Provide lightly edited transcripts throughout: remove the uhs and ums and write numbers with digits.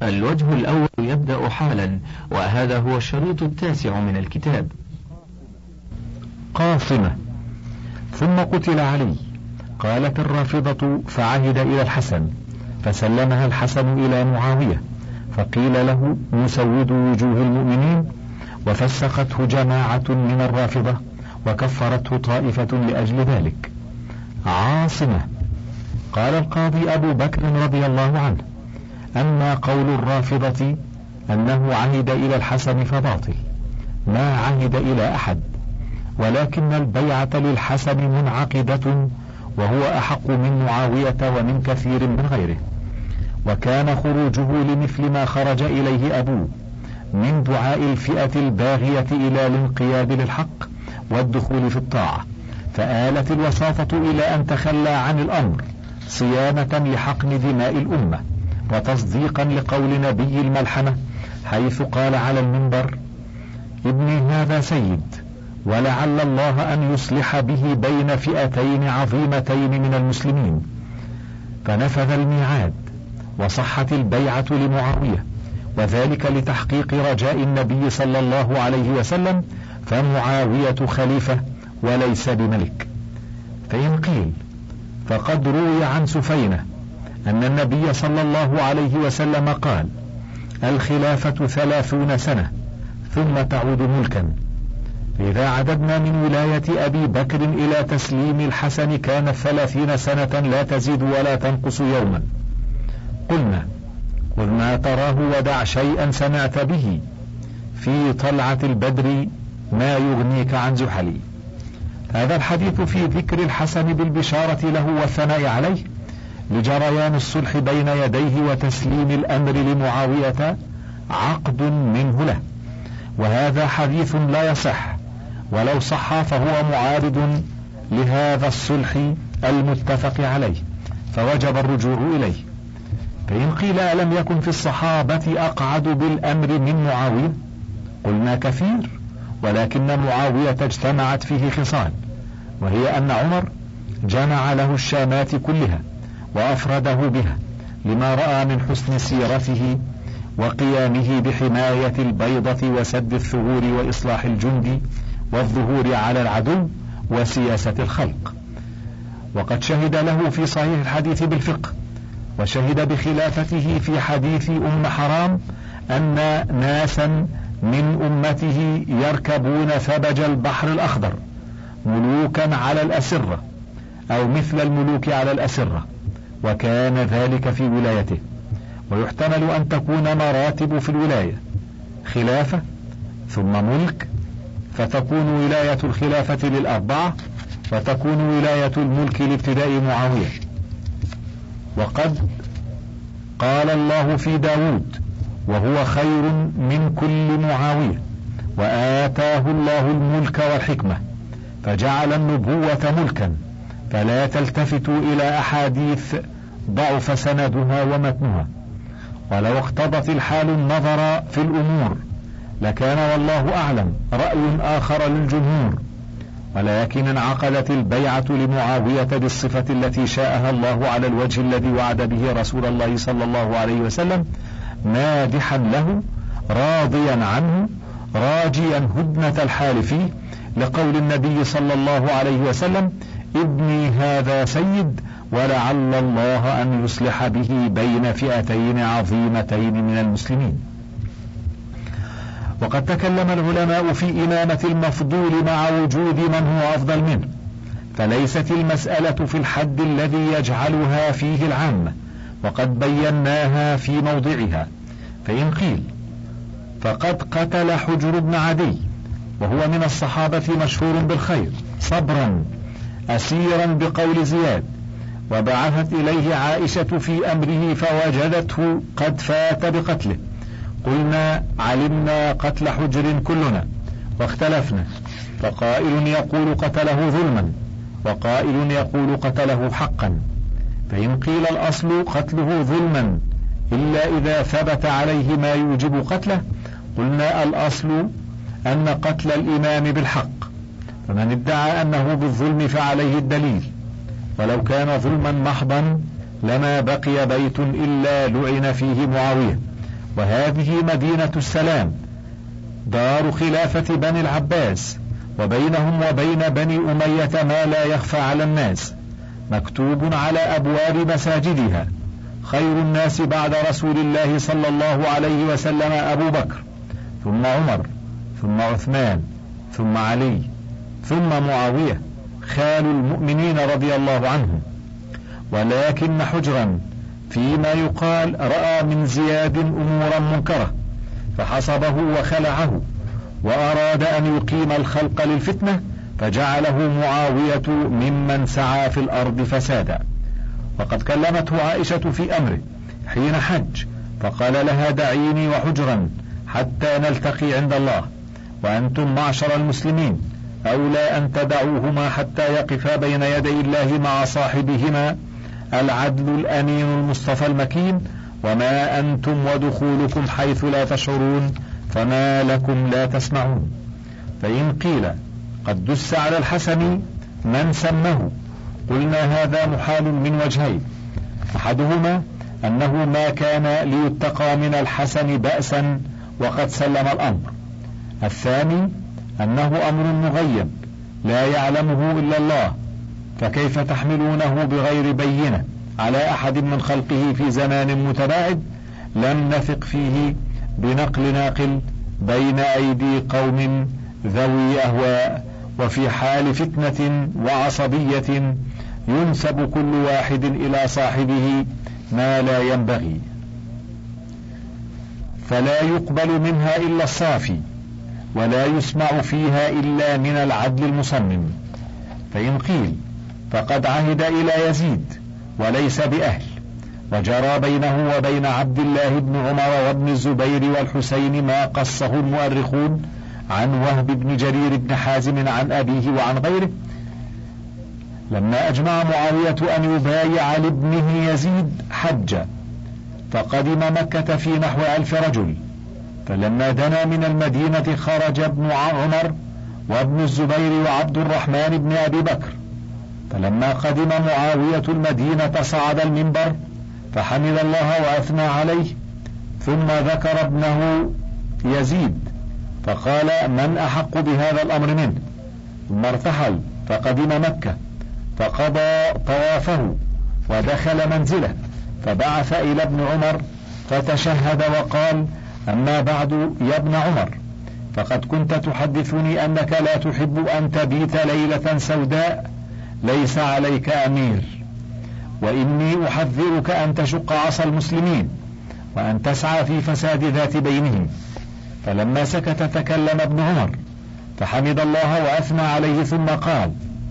الوجه الأول يبدأ حالا، وهذا هو الشريط 9 من الكتاب. قاصمة. ثم قتل علي. قالت الرافضة: فعهد إلى الحسن فسلمها الحسن إلى معاوية، فقيل له: مسود وجوه المؤمنين، وفسقته جماعة من الرافضة وكفرته طائفة لأجل ذلك. عاصمة. قال القاضي أبو بكر رضي الله عنه: أما قول الرافضة أنه عهد إلى الحسن فباطل، ما عهد إلى أحد، ولكن البيعة للحسن منعقدة، وهو أحق من معاوية ومن كثير من غيره، وكان خروجه لمثل ما خرج إليه أبوه من دعاء الفئة الباغية إلى الانقياد للحق والدخول في الطاعة، فآلت الوساطة إلى أن تخلى عن الأمر صيانة لحقن دماء الأمة وتصديقا لقول نبي الملحمة حيث قال على المنبر: ابني هذا سيد، ولعل الله أن يصلح به بين فئتين عظيمتين من المسلمين. فنفذ الميعاد وصحت البيعة لمعاوية، وذلك لتحقيق رجاء النبي صلى الله عليه وسلم، فمعاوية خليفة وليس بملك. فإن قيل فقد روي عن سفينة أن النبي صلى الله عليه وسلم قال: الخلافة 30 سنة ثم تعود ملكا. إذا عددنا من ولاية أبي بكر إلى تسليم الحسن كانت 30 سنة لا تزيد ولا تنقص يوما. قلنا: قل ما تراه ودع شيئا سمعت به في طلعة البدر ما يغنيك عن زحلي. هذا الحديث في ذكر الحسن بالبشارة له والثناء عليه لجريان الصلح بين يديه وتسليم الأمر لمعاوية عقد منه له، وهذا حديث لا يصح، ولو صح فهو معارض لهذا الصلح المتفق عليه، فوجب الرجوع إليه. فإن قيل: ألم يكن في الصحابة أقعد بالأمر من معاوية؟ قلنا: كثير، ولكن معاوية اجتمعت فيه خصال، وهي أن عمر جمع له الشامات كلها وأفرده بها لما رأى من حسن سيرته وقيامه بحماية البيضة وسد الثغور وإصلاح الجند والظهور على العدو وسياسة الخلق. وقد شهد له في صحيح الحديث بالفقه، وشهد بخلافته في حديث أم حرام أن ناسا من أمته يركبون ثبج البحر الأخضر ملوكا على الأسرة أو مثل الملوك على الأسرة، وكان ذلك في ولايته. ويحتمل أن تكون مراتب في الولاية: خلافة ثم ملك، فتكون ولاية الخلافة للأربعة، وتكون ولاية الملك لابتداء معاوية. وقد قال الله في داود: وهو خير من كل معاوية، وآتاه الله الملك والحكمة، فجعل النبوة ملكا، فلا تلتفتوا إلى أحاديث ضعف سندها ومتنها. ولو اقتضت الحال النظر في الأمور لكان والله أعلم رأي آخر للجمهور، ولكن انعقدت البيعة لمعاوية بالصفة التي شاءها الله على الوجه الذي وعد به رسول الله صلى الله عليه وسلم، مادحا له راضيا عنه راجيا هدنة الحال فيه، لقول النبي صلى الله عليه وسلم: ابني هذا سيد، ولعل الله أن يصلح به بين فئتين عظيمتين من المسلمين. وقد تكلم العلماء في إمامة المفضول مع وجود من هو أفضل منه، فليست المسألة في الحد الذي يجعلها فيه العامة، وقد بيناها في موضعها. فإن قيل فقد قتل حجر بن عدي، وهو من الصحابة مشهور بالخير، صبرا أسيرا بقول زياد، وبعثت إليه عائشة في أمره فوجدته قد فات بقتله. قلنا: علمنا قتل حجر كلنا، واختلفنا، فقائل يقول قتله ظلما، وقائل يقول قتله حقا. فإن قيل الأصل قتله ظلما إلا إذا ثبت عليه ما يوجب قتله، قلنا: الأصل أن قتل الإمام بالحق، فمن ادعى أنه بالظلم فعليه الدليل، ولو كان ظلما محضا لما بقي بيت إلا لعن فيه معاوية، وهذه مدينة السلام دار خلافة بني العباس، وبينهم وبين بني أمية ما لا يخفى على الناس، مكتوب على أبواب مساجدها: خير الناس بعد رسول الله صلى الله عليه وسلم أبو بكر، ثم عمر، ثم عثمان، ثم علي، ثم معاوية خال المؤمنين رضي الله عنهم. ولكن حجرا فيما يقال رأى من زياد أمورا منكرة فحصبه وخلعه، وأراد أن يقيم الخلق للفتنة، فجعله معاوية ممن سعى في الأرض فسادا. وقد كلمته عائشة في أمره حين حج، فقال لها: دعيني وحجرا حتى نلتقي عند الله، وأنتم معشر المسلمين أولى أن تدعوهما حتى يقفا بين يدي الله مع صاحبهما العدل الأمين المصطفى المكين، وما أنتم ودخولكم حيث لا تشعرون، فما لكم لا تسمعون. فإن قيل قد دس على الحسن من سمه، قلنا هذا محال من وجهين: أحدهما أنه ما كان ليتقى من الحسن بأسا وقد سلم الأمر، الثاني أنه أمر مغيب لا يعلمه إلا الله، فكيف تحملونه بغير بينة على أحد من خلقه في زمان متباعد لم نثق فيه بنقل ناقل بين أيدي قوم ذوي أهواء، وفي حال فتنة وعصبية ينسب كل واحد إلى صاحبه ما لا ينبغي، فلا يقبل منها إلا الصافي، ولا يسمع فيها إلا من العدل المصمم. فإن قيل فقد عهد إلى يزيد وليس بأهل، وجرى بينه وبين عبد الله بن عمر وابن الزبير والحسين ما قصه المؤرخون عن وهب بن جرير بن حازم عن أبيه وعن غيره، لما أجمع معاوية أن يبايع لابنه يزيد حج، فقدم مكة في نحو 1000 رجل، فلما دنا من المدينة خرج ابن عمر وابن الزبير وعبد الرحمن بن أبي بكر، فلما قدم معاوية المدينة صعد المنبر فحمد الله وأثنى عليه، ثم ذكر ابنه يزيد فقال: من أحق بهذا الأمر منه؟ ثم ارتحل فقدم مكة فقضى طوافه ودخل منزله، فبعث إلى ابن عمر فتشهد وقال: أما بعد يا ابن عمر، فقد كنت تحدثني أنك لا تحب أن تبيت ليلة سوداء ليس عليك أمير، وإني أحذرك أن تشق عصا المسلمين وأن تسعى في فساد ذات بينهم. فلما سكت تكلم ابن عمر فحمد الله وأثنى عليه، ثم قال: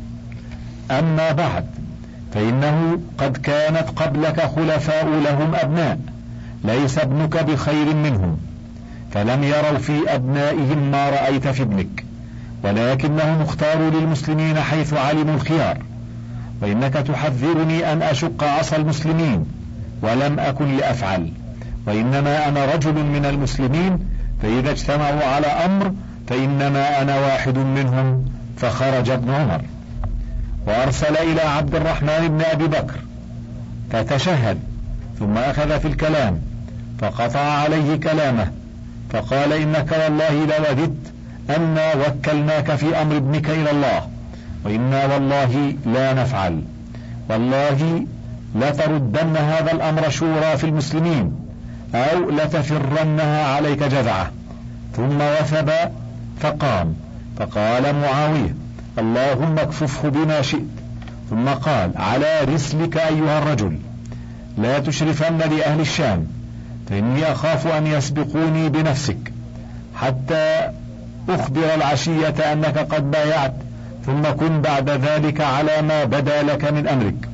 أما بعد، فإنه قد كانت قبلك خلفاء لهم أبناء ليس ابنك بخير منهم، فلم يروا في أبنائهم ما رأيت في ابنك، ولكنهم اختاروا للمسلمين حيث علموا الخيار، وإنك تحذرني أن أشق عصا المسلمين، ولم أكن لأفعل، وإنما أنا رجل من المسلمين، فإذا اجتمعوا على أمر فإنما أنا واحد منهم. فخرج ابن عمر وأرسل إلى عبد الرحمن بن أبي بكر فتشهد، ثم أخذ في الكلام فقطع عليه كلامه، فقال: إنك والله لوددت أنا وكلناك في أمر ابنك إلى الله، وإنا والله لا نفعل، والله لتردن هذا الأمر شورى في المسلمين، أو لتفرنها عليك جذعة. ثم وثب فقام، فقال معاوية: اللهم اكففه بما شئت. ثم قال: على رسلك أيها الرجل، لا تشرفن لأهل الشام، فإني أخاف أن يسبقوني بنفسك حتى أخبر العشية أنك قد بايعت، ثم كن بعد ذلك على ما بدا لك من أمرك.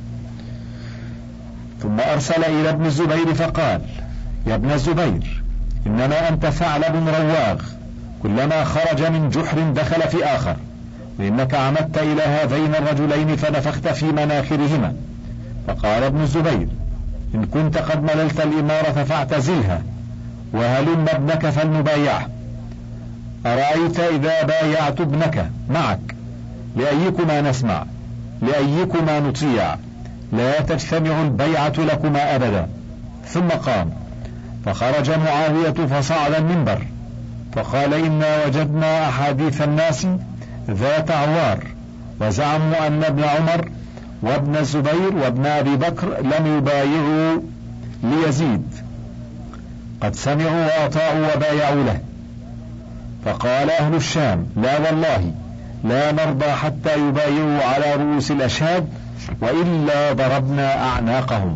ثم أرسل إلى ابن الزبير فقال: يا ابن الزبير، إنما أنت ثعلب رواغ، كلما خرج من جحر دخل في آخر، وإنك عمدت إلى هذين الرجلين فنفخت في مناخرهما. فقال ابن الزبير: إن كنت قد مللت الإمارة فاعتزلها، وهلم ابنك فلنبايعه. أرأيت إذا بايعت ابنك معك، لأيكما نسمع، لأيكما نطيع؟ لا تجتمع البيعة لكما أبدا. ثم قام فخرج معاوية فصعد المنبر فقال: إنا وجدنا أحاديث الناس ذات عوار، وزعموا أن ابن عمر وابن الزبير وابن أبي بكر لم يبايعوا ليزيد، قد سمعوا وأطاعوا وبايعوا له. فقال أهل الشام: لا والله لا نرضى حتى يبايعوا على رؤوس الأشهاد، وإلا ضربنا أعناقهم.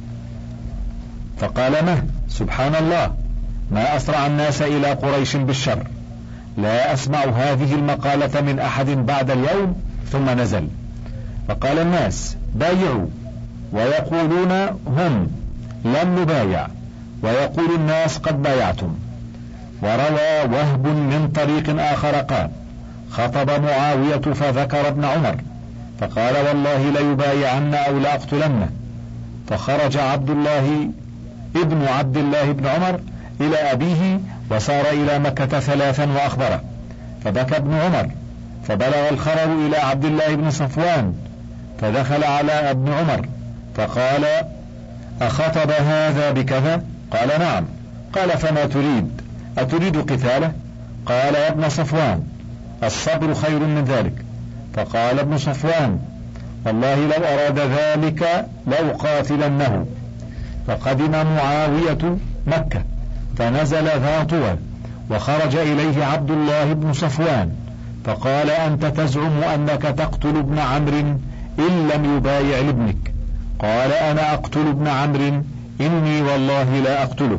فقال: سبحان الله، ما أسرع الناس إلى قريش بالشر، لا أسمع هذه المقالة من أحد بعد اليوم. ثم نزل فقال الناس: بايعوا، ويقولون هم لم نبايع، ويقول الناس قد بايعتم. وروى وهب من طريق آخر قال: خطب معاوية فذكر ابن عمر فقال: والله ليبايعن أو لأقتلنه. فخرج عبد الله ابن عبد الله بن عمر إلى أبيه وسار إلى مكة 3 وأخبره، فبكى ابن عمر، فبلغ الخبر إلى عبد الله بن صفوان، فدخل على ابن عمر فقال: أخطب هذا بكذا؟ قال: نعم. قال: فما تريد؟ أتريد قتاله؟ قال: يا ابن صفوان، الصبر خير من ذلك. فقال ابن صفوان: والله لو أراد ذلك لأقاتلنه. فقدم معاوية مكة فنزل ذا طوى، وخرج إليه عبد الله بن صفوان فقال: أنت تزعم أنك تقتل ابن عمرو إن لم يبايع لابنك. قال: أنا أقتل ابن عمرو إني والله لا أقتله.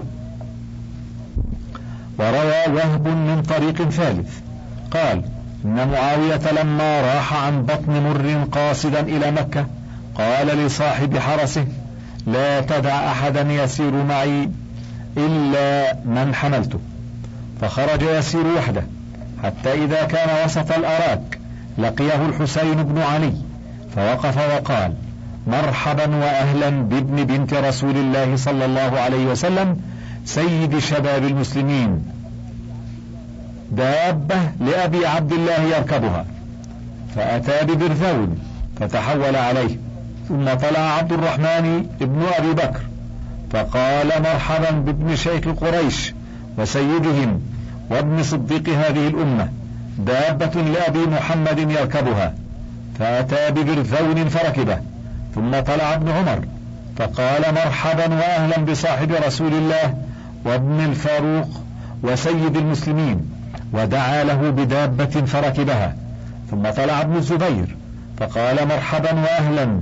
وروى وهب من طريق ثالث قال: إن معاوية لما راح عن بطن مر قاصدا إلى مكة قال لصاحب حرسه: لا تدع أحدا يسير معي إلا من حملته. فخرج يسير وحده حتى إذا كان وسط الأراك لقيه الحسين بن علي فوقف وقال: مرحبا وأهلا بابن بنت رسول الله صلى الله عليه وسلم سيد شباب المسلمين، دابة لأبي عبد الله يركبها. فأتى ببرذون فتحول عليه، ثم طلع عبد الرحمن ابن أبي بكر فقال: مرحبا بابن شيخ قريش وسيدهم وابن صديق هذه الأمة، دابة لأبي محمد يركبها. فأتى ببرذون فركبه، ثم طلع ابن عمر فقال: مرحبا وأهلا بصاحب رسول الله وابن الفاروق وسيد المسلمين، ودعا له بدابة فركبها. ثم طلع ابن الزبير فقال: مرحبا وأهلا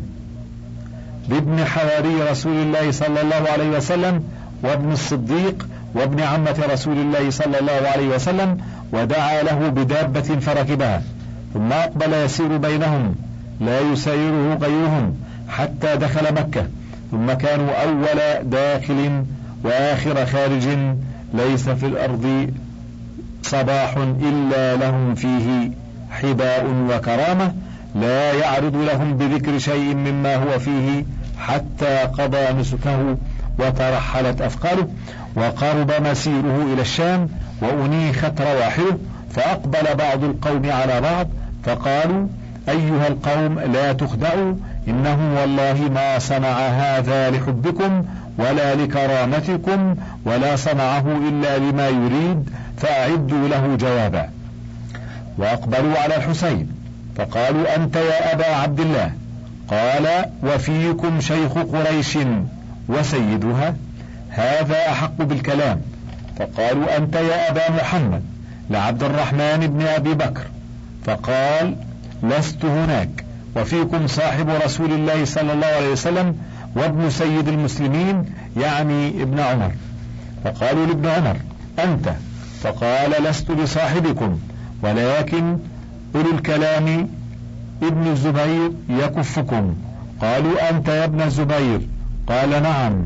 بابن حواري رسول الله صلى الله عليه وسلم وابن الصديق وابن عمة رسول الله صلى الله عليه وسلم، ودعا له بدابة فركبها. ثم أقبل يسير بينهم لا يسيره غيرهم حتى دخل مكة، ثم كانوا أول داخل وآخر خارج، ليس في الأرض صباح إلا لهم فيه حباء وكرامة، لا يعرض لهم بذكر شيء مما هو فيه حتى قضى نسكه وترحلت أثقاله، وقرب مسيره إلى الشام وأنيخت رواحله. فأقبل بعض القوم على بعض فقالوا: أيها القوم لا تخدعوا، إنه والله ما صنع هذا لحبكم ولا لكرامتكم، ولا صنعه إلا لما يريد، فأعدوا له جوابا. وأقبلوا على الحسين فقالوا: أنت يا أبا عبد الله؟ قال: وفيكم شيخ قريش وسيدها، هذا أحق بالكلام. فقالوا: أنت يا أبا محمد لعبد الرحمن بن أبي بكر؟ فقال: لست هناك، وفيكم صاحب رسول الله صلى الله عليه وسلم وابن سيد المسلمين، يعني ابن عمر. فقالوا لابن عمر: أنت؟ فقال: لست بصاحبكم، ولكن أولو الكلام ابن الزبير يكفكم. قالوا: أنت يا ابن الزبير؟ قال: نعم،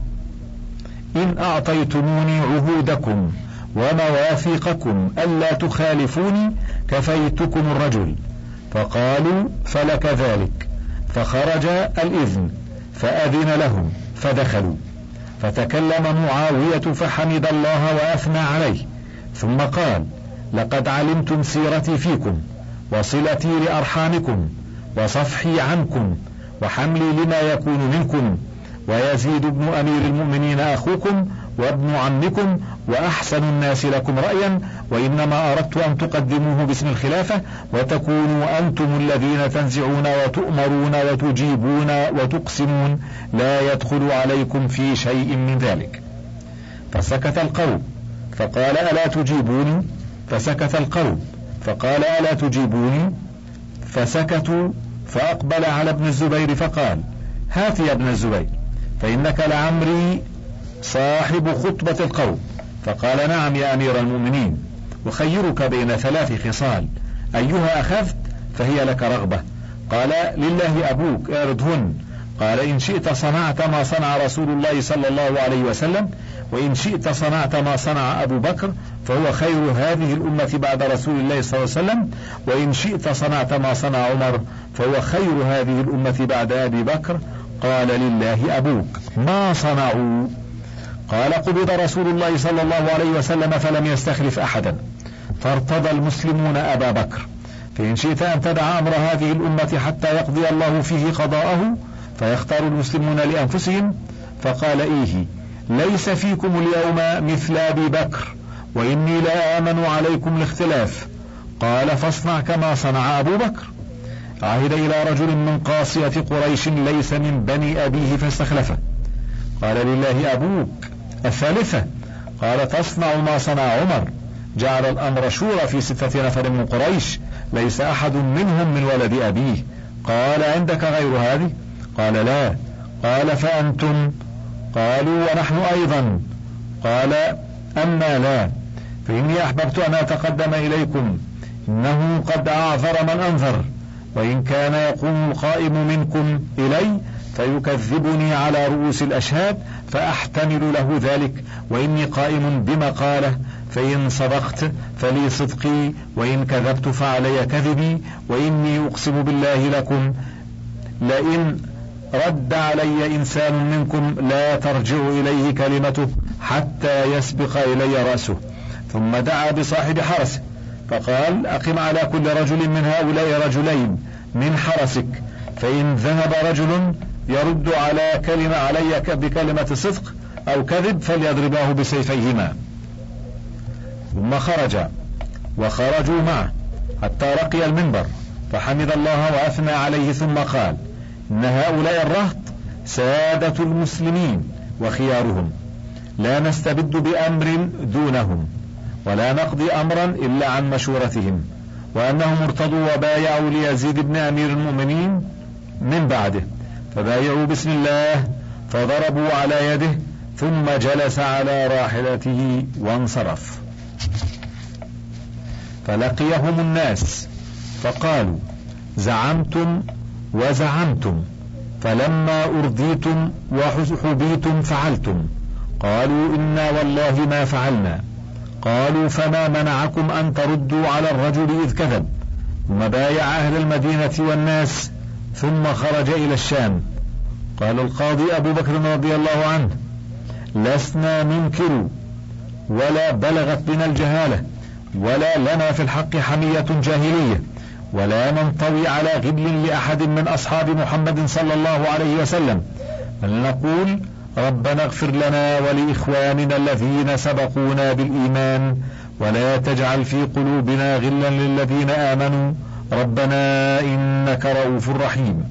إن أعطيتموني عهودكم ومواثيقكم ألا تخالفوني كفيتكم الرجل. فقالوا: فلك ذلك. فخرج الإذن فأذن لهم فدخلوا، فتكلم معاوية فحمد الله وأثنى عليه، ثم قال: لقد علمتم سيرتي فيكم وصلتي لأرحامكم وصفحي عنكم وحملي لما يكون منكم، ويزيد بن أمير المؤمنين أخوكم وابن عمكم وأحسن الناس لكم رأيا، وإنما أردت أن تقدموه باسم الخلافة وتكونوا أنتم الذين تنزعون وتؤمرون وتجيبون وتقسمون، لا يدخل عليكم في شيء من ذلك. فسكت القوم فقال ألا تجيبوني؟ فسكت القوم فقال ألا تجيبوني؟ فسكتوا. فأقبل على ابن الزبير فقال هات يا ابن الزبير، فإنك لعمري صاحب خطبة القوم. فقال نعم يا أمير المؤمنين، أخيرك بين 3 خصال، أيها أخذت فهي لك رغبة. قال لله أبوك اعرضهن. قال إن شئت صنعت ما صنع رسول الله صلى الله عليه وسلم، وإن شئت صنعت ما صنع أبو بكر فهو خير هذه الأمة بعد رسول الله صلى الله عليه وسلم، وإن شئت صنعت ما صنع عمر فهو خير هذه الأمة بعد أبي بكر. قال لله أبوك، ما صنعوا؟ قال قبض رسول الله صلى الله عليه وسلم فلم يستخلف أحدا، فارتضى المسلمون أبا بكر، فإن شئت أن تدع أمر هذه الأمة حتى يقضي الله فيه قضاءه فيختار المسلمون لأنفسهم. فقال إيه ليس فيكم اليوم مثل أبي بكر، وإني لا آمن عليكم الاختلاف. قال فاصنع كما صنع أبو بكر. عهد إلى رجل من قاصية قريش ليس من بني أبيه فاستخلفه. قال لله أبوك. 3 قال تصنع ما صنع عمر، جعل الأمر شورى في 6 نفر من قريش ليس أحد منهم من ولد أبيه. قال عندك غير هذه؟ قال لا. قال فأنتم؟ قالوا ونحن أيضا. قال أما لا، فإني أحببت أن أتقدم إليكم، إنه قد أعذر من أنذر، وإن كان يقوم القائم منكم إلي فيكذبني على رؤوس الأشهاد فأحتمل له ذلك، وإني قائم بما قاله، فإن صدقت فلي صدقي، وإن كذبت فعلي كذبي، وإني أقسم بالله لكم لئن رد علي إنسان منكم لا ترجع إليه كلمته حتى يسبق إلي رأسه. ثم دعا بصاحب حرسه فقال أقم على كل رجل من هؤلاء رجلين من حرسك، فإن ذهب رجل يرد علي بكلمة صدق أو كذب فليضرباه بسيفيهما. ثم خرج وخرجوا معه حتى رقي المنبر فحمد الله وأثنى عليه، ثم قال إن هؤلاء الرهط سادة المسلمين وخيارهم، لا نستبد بأمر دونهم ولا نقضي أمرا إلا عن مشورتهم، وأنهم ارتضوا وبايعوا ليزيد بن أمير المؤمنين من بعده، فبايعوا بسم الله، فضربوا على يده ثم جلس على راحلته وانصرف. فلقيهم الناس فقالوا زعمتم وزعمتم، فلما أرضيتم وحبيتم فعلتم. قالوا إنا والله ما فعلنا. قالوا فما منعكم أن تردوا على الرجل إذ كذب؟ ثم بايع أهل المدينة والناس ثم خرج إلى الشام. قال القاضي أبو بكر رضي الله عنه لسنا ننكر ولا بلغت بنا الجهالة ولا لنا في الحق حمية جاهلية، ولا ننطوي على غبل لأحد من أصحاب محمد صلى الله عليه وسلم، بل نقول ربنا اغفر لنا ولإخواننا الذين سبقونا بالإيمان ولا تجعل في قلوبنا غلا للذين آمنوا ربنا إنك رؤوف رحيم.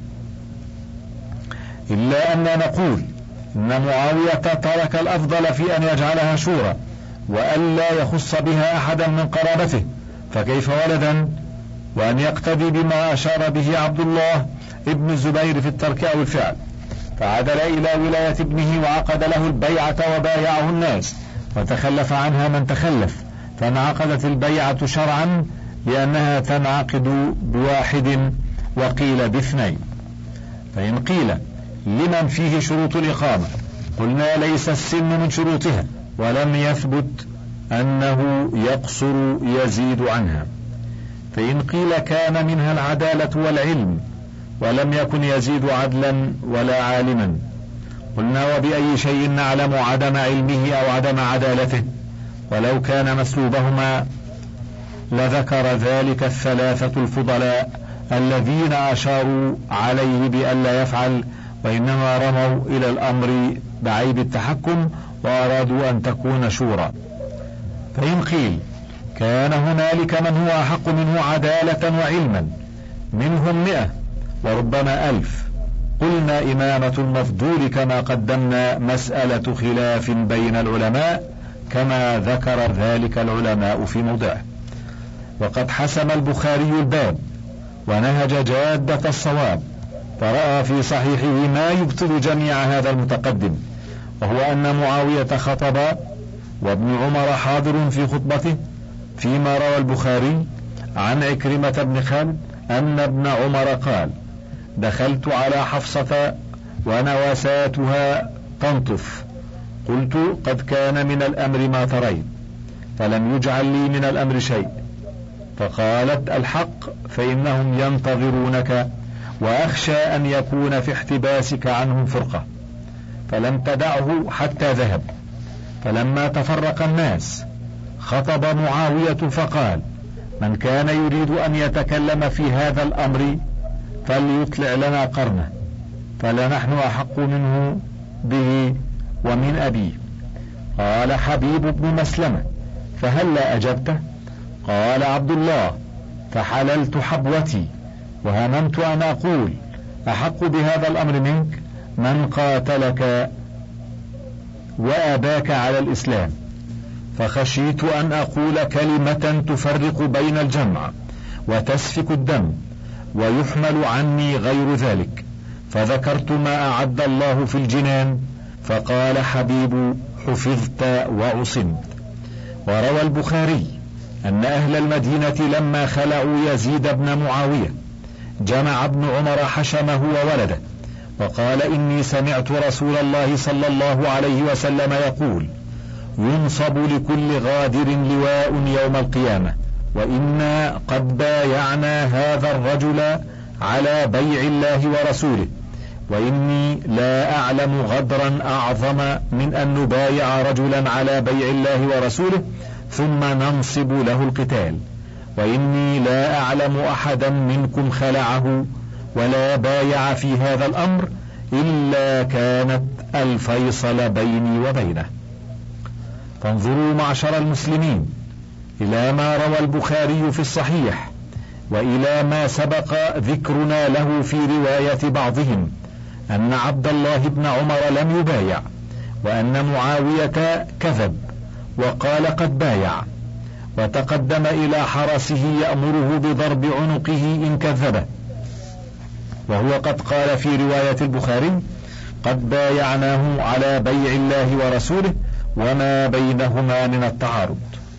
إلا أننا نقول إن معاوية ترك الأفضل في أن يجعلها شورى وألا يخص بها أحدا من قرابته، فكيف ولدا، وأن يقتدي بما أشار به عبد الله ابن الزبير في الترك أو الفعل. فعدل إلى ولاية ابنه وعقد له البيعة وبايعه الناس، وتخلف عنها من تخلف، فانعقدت البيعة شرعا لأنها تنعقد بواحد وقيل باثنين. فإن قيل لمن فيه شروط الإقامة قلنا ليس السن من شروطها، ولم يثبت أنه يقصر يزيد عنها. فإن قيل كان منها العدالة والعلم ولم يكن يزيد عدلا ولا عالما قلنا وبأي شيء نعلم عدم علمه أو عدم عدالته؟ ولو كان مسلوبهما لذكر ذلك 3 الفضلاء الذين أشاروا عليه بأن لا يفعل، وإنما رموا إلى الأمر بعيب التحكم وأرادوا أن تكون شورى. فإن قيل كان هنالك من هو أحق منه عدالة وعلما، منهم 100 وربما 1000، قلنا إمامة المفضول كما قدمنا مسألة خلاف بين العلماء كما ذكر ذلك العلماء في موضعه. وقد حسم البخاري الباب ونهج جادة الصواب، فرأى في صحيحه ما يبطل جميع هذا المتقدم، وهو أن معاوية خطب وابن عمر حاضر في خطبته، فيما روى البخاري عن عكرمة بن خالد أن ابن عمر قال: دخلت على حفصة ونواساتها تنطف، قلت: قد كان من الأمر ما ترين، فلم يجعل لي من الأمر شيء، فقالت: الحق، فإنهم ينتظرونك، وأخشى أن يكون في احتباسك عنهم فرقة، فلم تدعه حتى ذهب. فلما تفرق الناس خطب معاوية فقال: من كان يريد أن يتكلم في هذا الأمر فليطلع لنا قرنه، فلنحن أحق منه به ومن أبيه. قال حبيب بن مسلمة: فهلا أجبته؟ قال عبد الله: فحللت حبوتي وهممت أن أقول: أحق بهذا الأمر منك من قاتلك وأباك على الإسلام، فخشيت أن أقول كلمة تفرق بين الجمع وتسفك الدم ويحمل عني غير ذلك، فذكرت ما أعد الله في الجنان، فقال حبيب: حفظت وعصمت. وروى البخاري أن أهل المدينة لما خلعوا يزيد بن معاوية جمع ابن عمر حشمه وولده وقال: إني سمعت رسول الله صلى الله عليه وسلم يقول: ينصب لكل غادر لواء يوم القيامة، وإنا قد بايعنا هذا الرجل على بيع الله ورسوله، وإني لا أعلم غدرا أعظم من أن نبايع رجلا على بيع الله ورسوله ثم ننصب له القتال، وإني لا أعلم أحدا منكم خلعه ولا بايع في هذا الأمر إلا كانت الفيصل بيني وبينه. فانظروا معشر المسلمين إلى ما روى البخاري في الصحيح، وإلى ما سبق ذكرنا له في رواية بعضهم أن عبد الله بن عمر لم يبايع، وأن معاوية كذب وقال قد بايع، وتقدم إلى حرسه يأمره بضرب عنقه إن كذبه، وهو قد قال في رواية البخاري: قد بايعناه على بيع الله ورسوله وما بينهما من التعارض.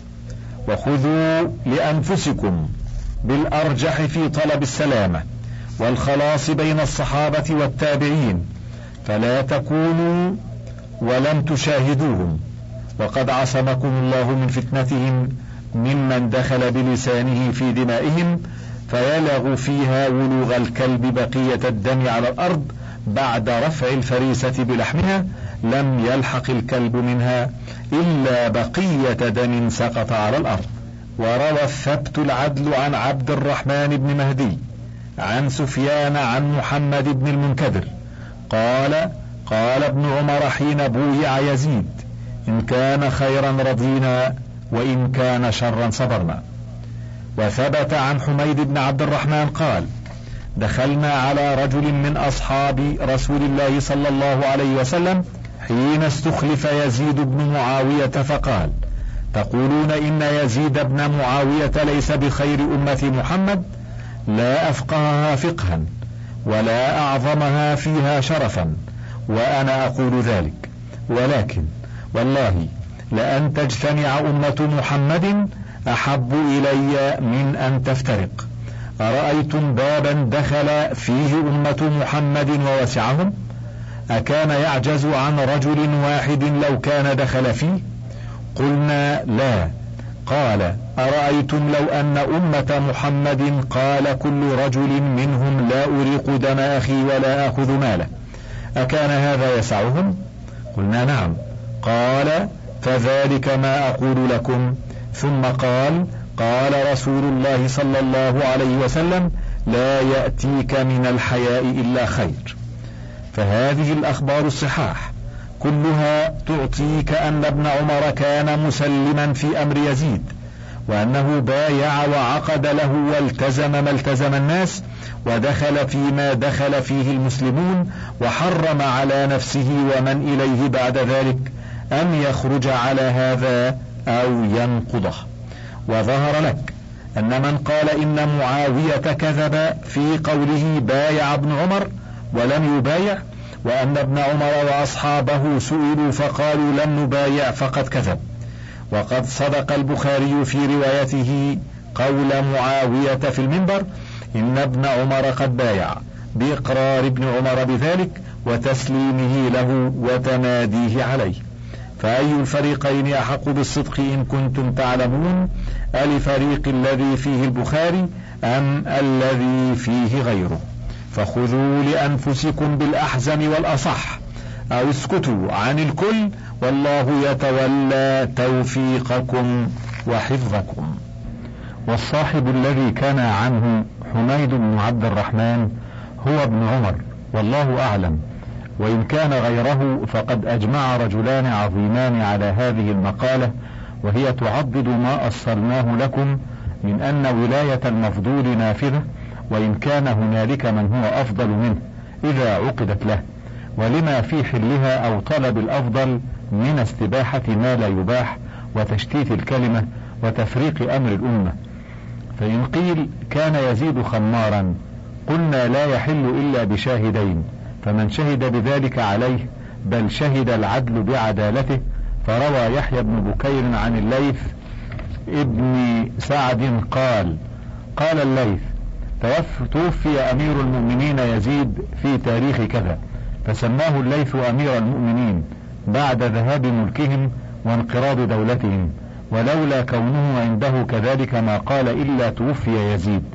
وخذوا لأنفسكم بالأرجح في طلب السلامة والخلاص بين الصحابة والتابعين، فلا تكونوا ولم تشاهدوهم، وقد عصمكم الله من فتنتهم ممن دخل بلسانه في دمائهم فيلغ فيها ولوغ الكلب بقية الدم على الأرض بعد رفع الفريسة بلحمها، لم يلحق الكلب منها إلا بقية دم سقط على الأرض. وروى الثبت العدل عن عبد الرحمن بن مهدي عن سفيان عن محمد بن المنكدر قال: قال ابن عمر حين بويع يزيد: إن كان خيرا رضينا وإن كان شرا صبرنا. وثبت عن حميد بن عبد الرحمن قال: دخلنا على رجل من أصحاب رسول الله صلى الله عليه وسلم حين استخلف يزيد بن معاوية فقال: تقولون إن يزيد بن معاوية ليس بخير أمة محمد، لا أفقهها فقها ولا أعظمها فيها شرفا، وأنا أقول ذلك، ولكن والله لأن تجتمع أمة محمد أحب إلي من أن تفترق. أرأيتم بابا دخل فيه أمة محمد ووسعهم؟ أكان يعجز عن رجل واحد لو كان دخل فيه؟ قلنا لا. قال: أرأيتم لو أن أمة محمد قال كل رجل منهم: لا أريق دم أخي ولا أخذ ماله، أكان هذا يسعهم؟ قلنا نعم. قال: فذلك ما أقول لكم. ثم قال: قال رسول الله صلى الله عليه وسلم: لا يأتيك من الحياء إلا خير. فهذه الأخبار الصحاح كلها تعطيك أن ابن عمر كان مسلما في أمر يزيد، وأنه بايع وعقد له والتزم ما التزم الناس، ودخل فيما دخل فيه المسلمون، وحرم على نفسه ومن إليه بعد ذلك أن يخرج على هذا أو ينقضه. وظهر لك أن من قال إن معاوية كذب في قوله بايع ابن عمر ولم يبايع، وأن ابن عمر وأصحابه سئلوا فقالوا لم نبايع، فقد كذب. وقد صدق البخاري في روايته قول معاوية في المنبر إن ابن عمر قد بايع، بإقرار ابن عمر بذلك وتسليمه له وتماديه عليه. فأي الفريقين أحق بالصدق إن كنتم تعلمون؟ الفريق الذي فيه البخاري أم الذي فيه غيره؟ فخذوا لأنفسكم بالأحزم والأصح، أو اسكتوا عن الكل، والله يتولى توفيقكم وحفظكم. والصاحب الذي كان عنه حميد بن عبد الرحمن هو ابن عمر، والله أعلم، وإن كان غيره فقد أجمع رجلان عظيمان على هذه المقالة، وهي تعضد ما أصلناه لكم من أن ولاية المفضول نافذة، وإن كان هنالك من هو أفضل منه إذا عقدت له، ولما في حلها أو طلب الأفضل من استباحة ما لا يباح وتشتيت الكلمة وتفريق أمر الأمة. فإن قيل كان يزيد خمارا قلنا لا يحل إلا بشاهدين، فمن شهد بذلك عليه، بل شهد العدل بعدالته. فروى يحيى بن بكير عن الليث ابن سعد قال الليث توفي أمير المؤمنين يزيد في تاريخ كذا، فسماه الليث أمير المؤمنين بعد ذهاب ملكهم وانقراض دولتهم، ولولا كونه عنده كذلك ما قال إلا توفي يزيد.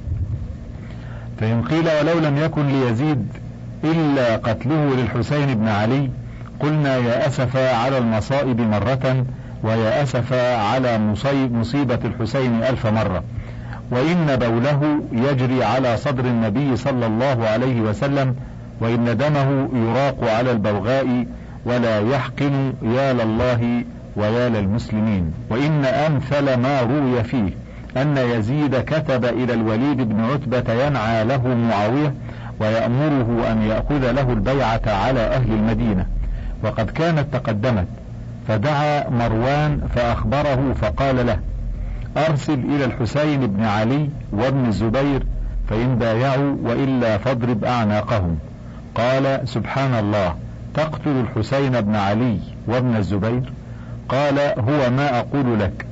فإن قيل ولو لم يكن ليزيد إلا قتله للحسين بن علي قلنا يا أسفا على المصائب مرة، ويا أسفا على مصيبة الحسين 1000 مرة، وإن بوله يجري على صدر النبي صلى الله عليه وسلم، وإن دمه يراق على البوغاء ولا يحقن يا لله ويا للمسلمين. وإن أمثل ما روي فيه أن يزيد كتب إلى الوليد بن عتبة ينعى له معاوية ويأمره أن يأخذ له البيعة على أهل المدينة، وقد كانت تقدمت، فدعا مروان فأخبره فقال له أرسل إلى الحسين بن علي وابن الزبير فإن بايعوا وإلا فاضرب أعناقهم. قال سبحان الله، تقتل الحسين بن علي وابن الزبير؟ قال هو ما أقول لك.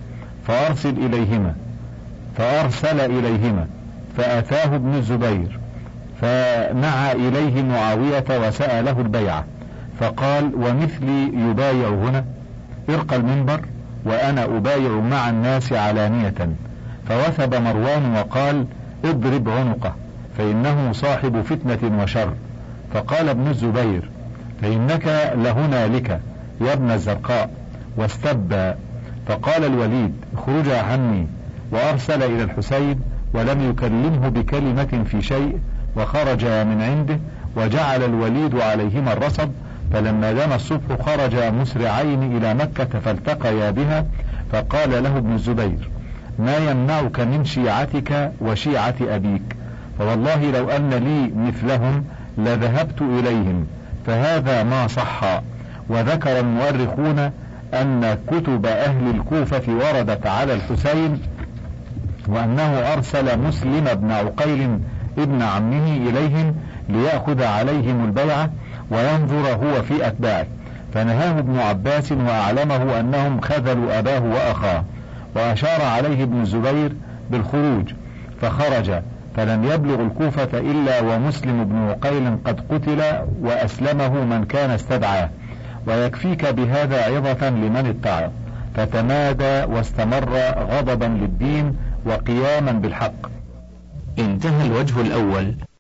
فأرسل إليهما فأتاه ابن الزبير فنعى إليه معاوية وسأله البيعة، فقال ومثلي يبايع هنا؟ ارقى المنبر وأنا أبايع مع الناس علانية. فوثب مروان وقال اضرب عنقه فإنه صاحب فتنة وشر. فقال ابن الزبير فإنك لهنالك يا ابن الزرقاء، واستبى. فقال الوليد اخرجا عني، وأرسل إلى الحسين ولم يكلمه بكلمة في شيء، وخرجا من عنده، وجعل الوليد عليهما الرصد. فلما دام الصبح خرجا مسرعين إلى مكة فالتقيا بها، فقال له ابن الزبير ما يمنعك من شيعتك وشيعة أبيك؟ فوالله لو أن لي مثلهم لذهبت إليهم، فهذا ما صح. وذكر المؤرخون أن كتب أهل الكوفة وردت على الحسين، وأنه أرسل مسلم بن عقيل ابن عمه إليهم ليأخذ عليهم البيعة وينظر هو في أتباعه، فنهاه ابن عباس وأعلمه أنهم خذلوا أباه وأخاه، وأشار عليه ابن الزبير بالخروج، فخرج فلم يبلغ الكوفة إلا ومسلم بن عقيل قد قتل وأسلمه من كان استدعاه. ويكفيك بهذا عظة لمن اتعظ. فتمادى واستمر غضبا للدين وقياما بالحق. انتهى الوجه الأول.